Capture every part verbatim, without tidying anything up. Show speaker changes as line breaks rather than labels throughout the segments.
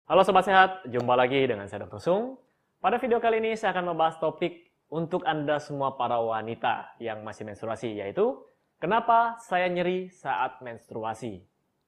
Halo Sobat Sehat, jumpa lagi dengan saya dokter Sung. Pada video kali ini saya akan membahas topik untuk Anda semua para wanita yang masih menstruasi, yaitu kenapa saya nyeri saat menstruasi.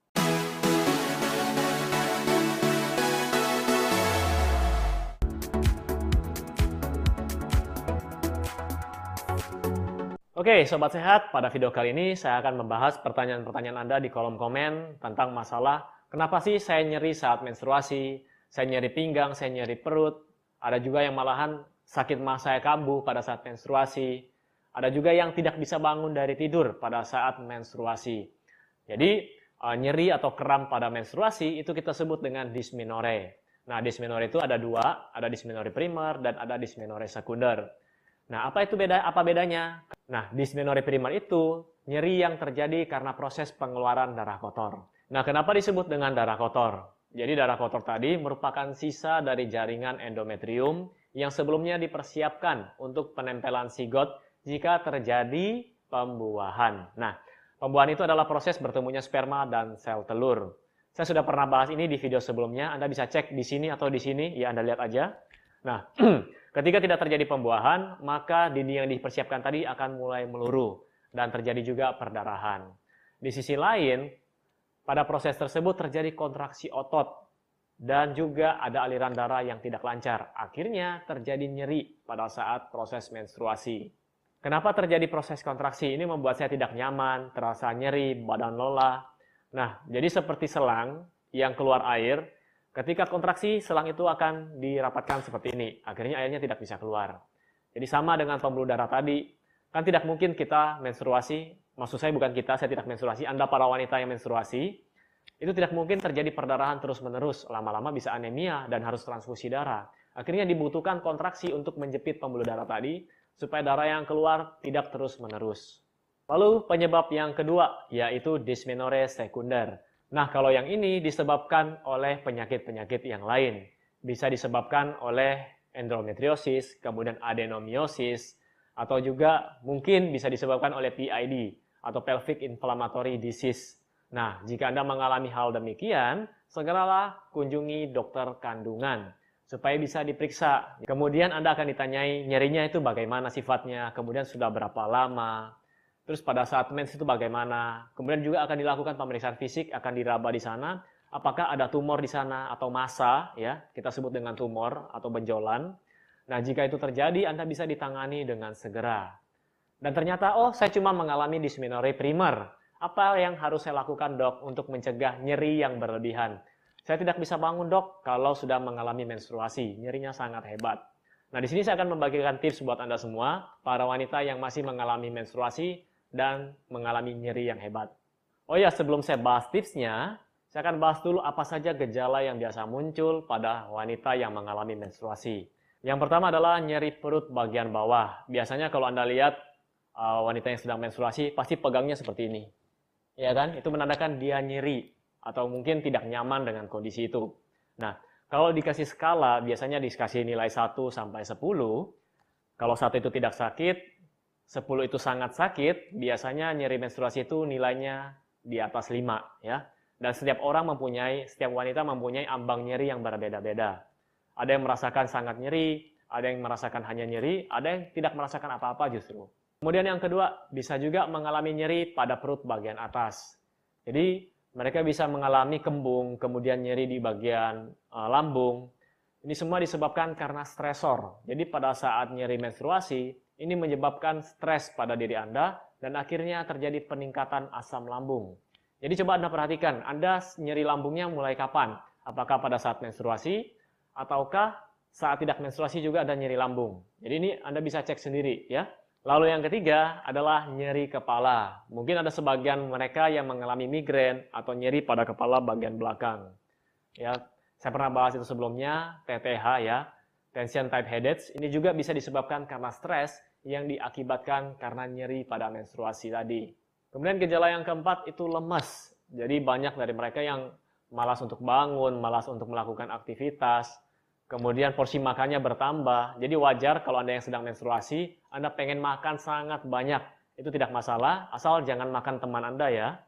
Oke, Sobat Sehat, pada video kali ini saya akan membahas pertanyaan-pertanyaan Anda di kolom komen tentang masalah kenapa sih saya nyeri saat menstruasi, saya nyeri pinggang, saya nyeri perut, ada juga yang malahan sakit mah saya kambuh pada saat menstruasi, ada juga yang tidak bisa bangun dari tidur pada saat menstruasi. Jadi, nyeri atau kram pada menstruasi itu kita sebut dengan dysmenorrhea. Nah, dysmenorrhea itu ada dua, ada dysmenorrhea primer dan ada dysmenorrhea sekunder. Nah, apa itu beda? Apa bedanya? Nah, dysmenorrhea primer itu nyeri yang terjadi karena proses pengeluaran darah kotor. Nah, kenapa disebut dengan darah kotor? Jadi darah kotor tadi merupakan sisa dari jaringan endometrium yang sebelumnya dipersiapkan untuk penempelan sigot jika terjadi pembuahan. Nah, pembuahan itu adalah proses bertemunya sperma dan sel telur. Saya sudah pernah bahas ini di video sebelumnya, Anda bisa cek di sini atau di sini, ya Anda lihat aja. Nah, ketika tidak terjadi pembuahan, maka dinding yang dipersiapkan tadi akan mulai meluruh dan terjadi juga perdarahan. Di sisi lain, pada proses tersebut terjadi kontraksi otot dan juga ada aliran darah yang tidak lancar. Akhirnya terjadi nyeri pada saat proses menstruasi. Kenapa terjadi proses kontraksi? Ini membuat saya tidak nyaman, terasa nyeri, badan lelah. Nah, jadi seperti selang yang keluar air. Ketika kontraksi, selang itu akan dirapatkan seperti ini. Akhirnya airnya tidak bisa keluar. Jadi sama dengan pembuluh darah tadi. Kan tidak mungkin kita menstruasi, maksud saya bukan kita, saya tidak menstruasi, Anda para wanita yang menstruasi, itu tidak mungkin terjadi perdarahan terus-menerus. Lama-lama bisa anemia dan harus transfusi darah. Akhirnya dibutuhkan kontraksi untuk menjepit pembuluh darah tadi, supaya darah yang keluar tidak terus-menerus. Lalu penyebab yang kedua, yaitu dysmenorrhea sekunder. Nah, kalau yang ini disebabkan oleh penyakit-penyakit yang lain. Bisa disebabkan oleh endometriosis, kemudian adenomyosis, atau juga mungkin bisa disebabkan oleh P I D atau pelvic inflammatory disease. Nah, jika Anda mengalami hal demikian, segeralah kunjungi dokter kandungan supaya bisa diperiksa. Kemudian Anda akan ditanyai nyerinya itu bagaimana sifatnya, kemudian sudah berapa lama. Terus pada saat mens itu bagaimana? Kemudian juga akan dilakukan pemeriksaan fisik, akan diraba di sana. Apakah ada tumor di sana atau massa, ya? Kita sebut dengan tumor atau benjolan. Nah, jika itu terjadi, Anda bisa ditangani dengan segera. Dan ternyata, oh, saya cuma mengalami dysmenorrhea primer. Apa yang harus saya lakukan, dok, untuk mencegah nyeri yang berlebihan? Saya tidak bisa bangun, dok, kalau sudah mengalami menstruasi. Nyerinya sangat hebat. Nah, di sini saya akan membagikan tips buat Anda semua, para wanita yang masih mengalami menstruasi dan mengalami nyeri yang hebat. Oh ya, sebelum saya bahas tipsnya, saya akan bahas dulu apa saja gejala yang biasa muncul pada wanita yang mengalami menstruasi. Yang pertama adalah nyeri perut bagian bawah. Biasanya kalau Anda lihat uh, wanita yang sedang menstruasi, pasti pegangnya seperti ini. Ya kan? Itu menandakan dia nyeri atau mungkin tidak nyaman dengan kondisi itu. Nah, kalau dikasih skala, biasanya dikasih nilai satu sampai sepuluh. Kalau satu itu tidak sakit, sepuluh itu sangat sakit, biasanya nyeri menstruasi itu nilainya di atas lima, ya. Dan setiap orang mempunyai, setiap wanita mempunyai ambang nyeri yang berbeda-beda. Ada yang merasakan sangat nyeri, ada yang merasakan hanya nyeri, ada yang tidak merasakan apa-apa justru. Kemudian yang kedua, bisa juga mengalami nyeri pada perut bagian atas. Jadi mereka bisa mengalami kembung, kemudian nyeri di bagian uh, lambung. Ini semua disebabkan karena stresor. Jadi pada saat nyeri menstruasi, ini menyebabkan stres pada diri Anda dan akhirnya terjadi peningkatan asam lambung. Jadi coba Anda perhatikan, Anda nyeri lambungnya mulai kapan? Apakah pada saat menstruasi ataukah saat tidak menstruasi juga ada nyeri lambung? Jadi ini Anda bisa cek sendiri, ya. Lalu yang ketiga adalah nyeri kepala. Mungkin ada sebagian mereka yang mengalami migrain atau nyeri pada kepala bagian belakang. Ya, saya pernah bahas itu sebelumnya, T T H ya, tension type headaches. Ini juga bisa disebabkan karena stres yang diakibatkan karena nyeri pada menstruasi tadi. Kemudian gejala yang keempat itu lemas. Jadi banyak dari mereka yang malas untuk bangun, malas untuk melakukan aktivitas. Kemudian porsi makannya bertambah. Jadi wajar kalau Anda yang sedang menstruasi, Anda pengen makan sangat banyak. Itu tidak masalah, asal jangan makan teman Anda ya.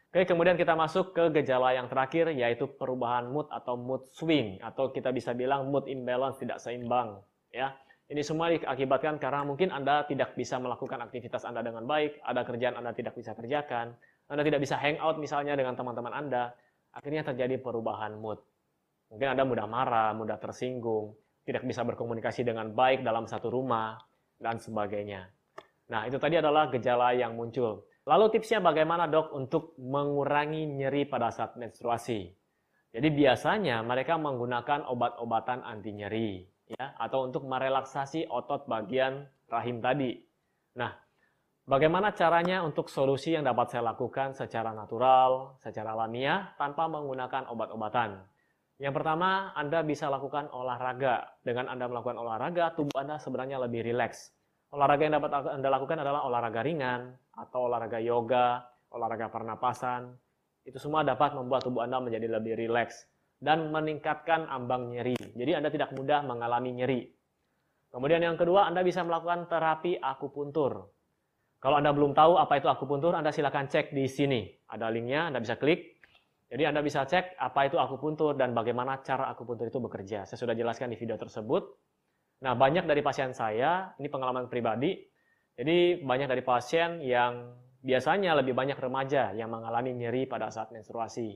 Oke, kemudian kita masuk ke gejala yang terakhir, yaitu perubahan mood atau mood swing, atau kita bisa bilang mood imbalance, tidak seimbang. Ya, ini semua diakibatkan karena mungkin Anda tidak bisa melakukan aktivitas Anda dengan baik, ada kerjaan Anda tidak bisa kerjakan, Anda tidak bisa hangout misalnya dengan teman-teman Anda, akhirnya terjadi perubahan mood. Mungkin Anda mudah marah, mudah tersinggung, tidak bisa berkomunikasi dengan baik dalam satu rumah, dan sebagainya. Nah, itu tadi adalah gejala yang muncul. Lalu tipsnya bagaimana, Dok, untuk mengurangi nyeri pada saat menstruasi? Jadi biasanya mereka menggunakan obat-obatan anti nyeri, ya, atau untuk merelaksasi otot bagian rahim tadi. Nah, bagaimana caranya untuk solusi yang dapat saya lakukan secara natural, secara alamiah, tanpa menggunakan obat-obatan? Yang pertama, Anda bisa lakukan olahraga. Dengan Anda melakukan olahraga, tubuh Anda sebenarnya lebih rileks. Olahraga yang dapat Anda lakukan adalah olahraga ringan, atau olahraga yoga, olahraga pernapasan. Itu semua dapat membuat tubuh Anda menjadi lebih rileks dan meningkatkan ambang nyeri. Jadi Anda tidak mudah mengalami nyeri. Kemudian yang kedua, Anda bisa melakukan terapi akupuntur. Kalau Anda belum tahu apa itu akupuntur, Anda silakan cek di sini. Ada linknya, Anda bisa klik. Jadi Anda bisa cek apa itu akupuntur dan bagaimana cara akupuntur itu bekerja. Saya sudah jelaskan di video tersebut. Nah, banyak dari pasien saya, ini pengalaman pribadi, jadi banyak dari pasien yang biasanya lebih banyak remaja yang mengalami nyeri pada saat menstruasi.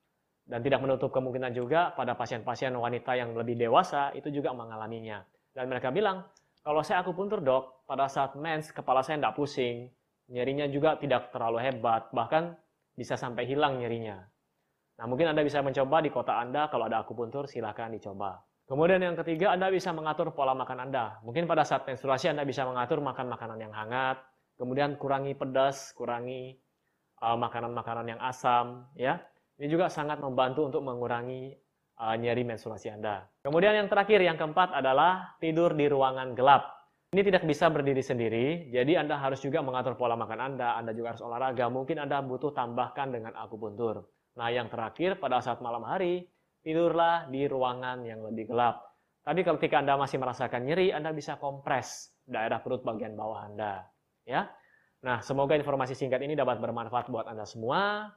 Dan tidak menutup kemungkinan juga pada pasien-pasien wanita yang lebih dewasa itu juga mengalaminya. Dan mereka bilang, kalau saya akupuntur, Dok, pada saat mens kepala saya tidak pusing, nyerinya juga tidak terlalu hebat, bahkan bisa sampai hilang nyerinya. Nah, mungkin Anda bisa mencoba di kota Anda, kalau ada akupuntur silahkan dicoba. Kemudian yang ketiga, Anda bisa mengatur pola makan Anda. Mungkin pada saat menstruasi Anda bisa mengatur makan makanan yang hangat, kemudian kurangi pedas, kurangi makanan-makanan uh, yang asam, ya. Ini juga sangat membantu untuk mengurangi uh, nyeri menstruasi Anda. Kemudian yang terakhir, yang keempat adalah tidur di ruangan gelap. Ini tidak bisa berdiri sendiri, jadi Anda harus juga mengatur pola makan Anda, Anda juga harus olahraga, mungkin Anda butuh tambahkan dengan akupuntur. Nah, yang terakhir, pada saat malam hari, tidurlah di ruangan yang lebih gelap. Tapi ketika Anda masih merasakan nyeri, Anda bisa kompres daerah perut bagian bawah Anda. Ya. Nah, semoga informasi singkat ini dapat bermanfaat buat Anda semua.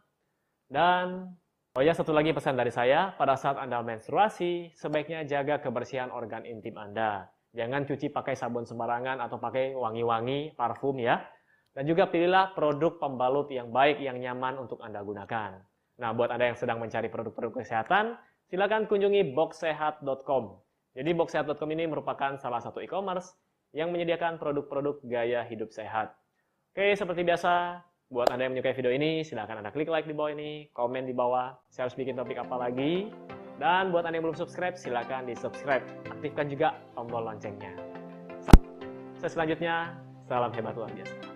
Dan, oh ya, satu lagi pesan dari saya, pada saat Anda menstruasi, sebaiknya jaga kebersihan organ intim Anda. Jangan cuci pakai sabun sembarangan atau pakai wangi-wangi, parfum ya. Dan juga pilihlah produk pembalut yang baik, yang nyaman untuk Anda gunakan. Nah, buat Anda yang sedang mencari produk-produk kesehatan, silakan kunjungi box sehat dot com. Jadi box sehat dot com ini merupakan salah satu e-commerce yang menyediakan produk-produk gaya hidup sehat. Oke, seperti biasa, buat Anda yang menyukai video ini, silakan Anda klik like di bawah ini, komen di bawah, saya harus bikin topik apa lagi. Dan buat Anda yang belum subscribe, silakan di-subscribe. Aktifkan juga tombol loncengnya. Selanjutnya, salam hebat luar biasa.